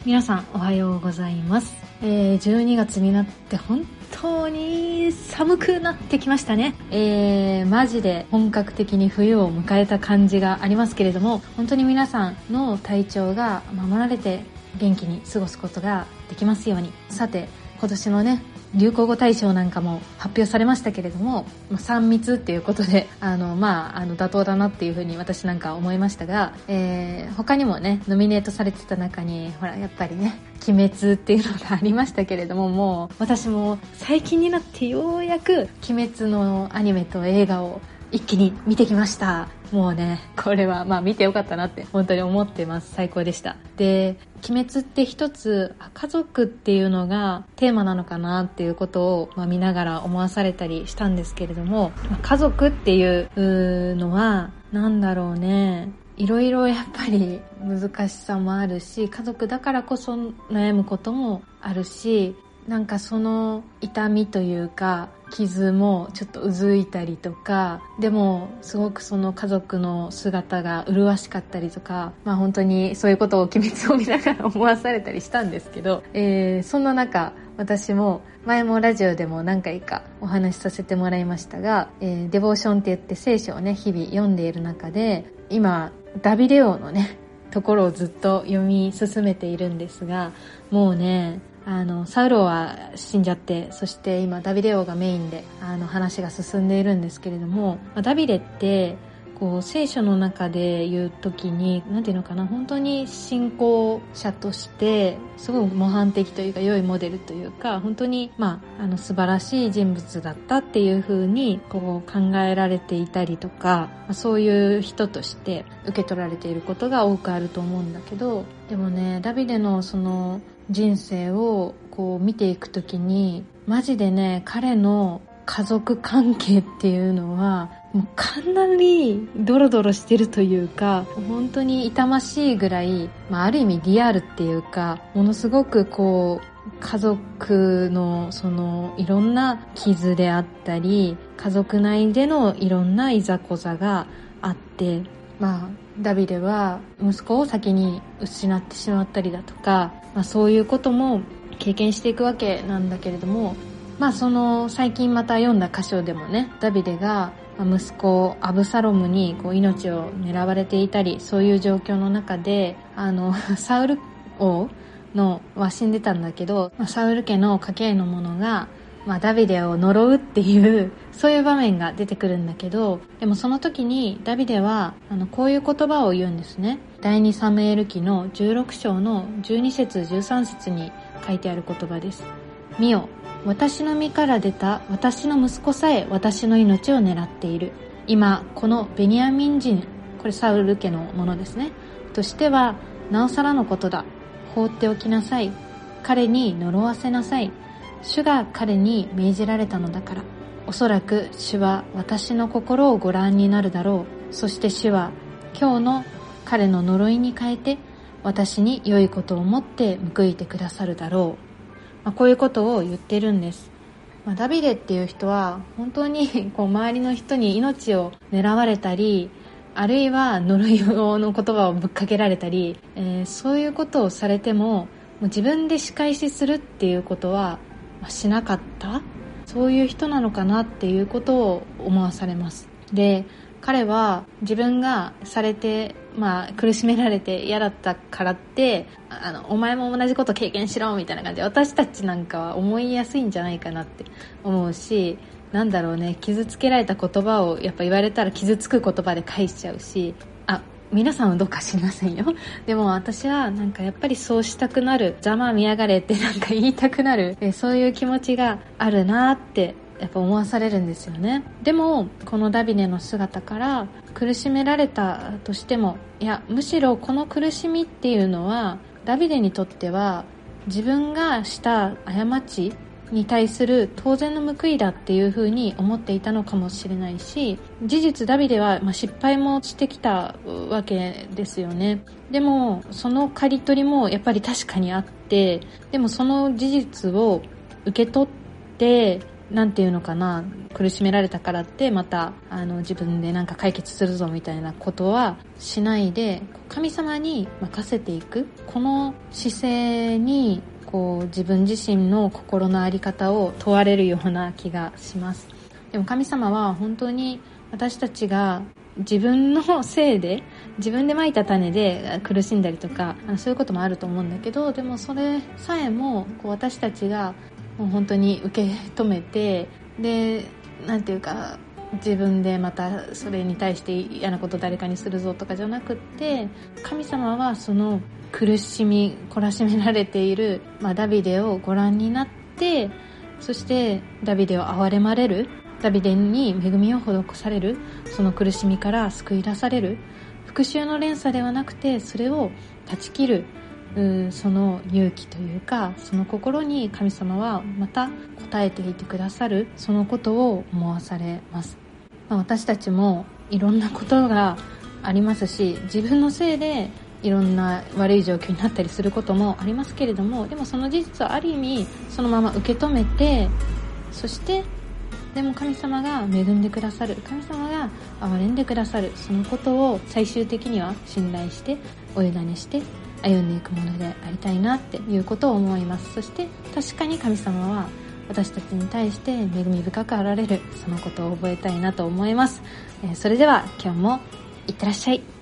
皆さんおはようございます。12月になって本当に寒くなってきましたね。マジで本格的に冬を迎えた感じがありますけれども、本当に皆さんの体調が守られて元気に過ごすことができますように。さて、今年のね、流行語大賞なんかも発表されましたけれども、3密っていうことで妥当だなっていうふうに私なんか思いましたが、他にもねノミネートされてた中にほらやっぱりね鬼滅っていうのがありましたけれども、もう私も最近になってようやく鬼滅のアニメと映画を一気に見てきました。もうね、これは見てよかったなって本当に思ってます。最高でした。で、鬼滅って一つ家族っていうのがテーマなのかなっていうことを見ながら思わされたりしたんですけれども、家族っていうのはなんだろうね、いろいろやっぱり難しさもあるし、家族だからこそ悩むこともあるし、なんかその痛みというか傷もちょっとうずいたりとか、でもすごくその家族の姿が麗しかったりとか、本当にそういうことを鬼滅を見ながら思わされたりしたんですけど、そんな中私も前もラジオでも何回かお話しさせてもらいましたが、デボーションって言って聖書をね日々読んでいる中で、今ダビデ王のねところをずっと読み進めているんですが、もうねサウロは死んじゃって、そして今ダビデ王がメインで話が進んでいるんですけれども、ダビデってこう聖書の中で言うときになんていうのかな、本当に信仰者としてすごい模範的というか良いモデルというか、本当に素晴らしい人物だったっていう風にこう考えられていたりとか、そういう人として受け取られていることが多くあると思うんだけど、でもねダビデのその人生をこう見ていくときにマジでね、彼の家族関係っていうのはもうかなりドロドロしてるというか、本当に痛ましいぐらい、ある意味リアルっていうか、ものすごくこう家族のそのいろんな傷であったり、家族内でのいろんないざこざがあって、ダビデは息子を先に失ってしまったりだとか、そういうことも経験していくわけなんだけれども、その最近また読んだ箇所でもね、ダビデが息子アブサロムにこう命を狙われていたり、そういう状況の中でサウル王のは死んでたんだけど、サウル家の家系の者がダビデを呪うっていうそういう場面が出てくるんだけど、でもその時にダビデはこういう言葉を言うんですね。第2サムエル記の16章の12節13節に書いてある言葉です。見よ、私の身から出た私の息子さえ私の命を狙っている。今このベニヤミン人、これサウル家のものですね、としてはなおさらのことだ。放っておきなさい。彼に呪わせなさい。主が彼に命じられたのだから。おそらく主は私の心をご覧になるだろう。そして主は今日の彼の呪いに変えて私に良いことをもって報いてくださるだろう。こういうことを言ってるんです。ダビデっていう人は本当にこう周りの人に命を狙われたり、あるいは呪いの言葉をぶっかけられたり、そういうことをされても自分で仕返しするっていうことはしなかった、そういう人なのかなっていうことを思わされます。で、彼は自分がされて苦しめられて嫌だったからってお前も同じこと経験しろみたいな感じで私たちなんかは思いやすいんじゃないかなって思うし、なんだろうね、傷つけられた言葉をやっぱ言われたら傷つく言葉で返しちゃうし、皆さんはどうか知りませんよ。でも私はなんかやっぱりそうしたくなる、ざまあ見やがれってなんか言いたくなる、そういう気持ちがあるなってやっぱ思わされるんですよね。でもこのダビデの姿から苦しめられたとしても、いやむしろこの苦しみっていうのはダビデにとっては自分がした過ちに対する当然の報いだっていう風に思っていたのかもしれないし、事実ダビデは失敗もしてきたわけですよね。でもその刈り取りもやっぱり確かにあって、でもその事実を受け取ってなんていうのかな、苦しめられたからってまた自分でなんか解決するぞみたいなことはしないで、神様に任せていく、この姿勢に自分自身の心の在り方を問われるような気がします。でも神様は本当に私たちが自分のせいで、自分で蒔いた種で苦しんだりとか、そういうこともあると思うんだけど、でもそれさえも私たちがもう本当に受け止めて、でなんていうか、自分でまたそれに対して嫌なこと誰かにするぞとかじゃなくって、神様はその苦しみ懲らしめられている、ダビデをご覧になって、そしてダビデを憐れまれる、ダビデに恵みを施される、その苦しみから救い出される、復讐の連鎖ではなくてそれを断ち切る、その勇気というか、その心に神様はまた応えていてくださる、そのことを思わされます。私たちもいろんなことがありますし、自分のせいでいろんな悪い状況になったりすることもありますけれども、でもその事実はある意味そのまま受け止めて、そしてでも神様が恵んでくださる、神様が憐れんでくださる、そのことを最終的には信頼してお委ねして歩んでいくものでありたいなっていうことを思います。そして確かに神様は私たちに対して恵み深くあられる、そのことを覚えたいなと思います。それでは今日もいってらっしゃい。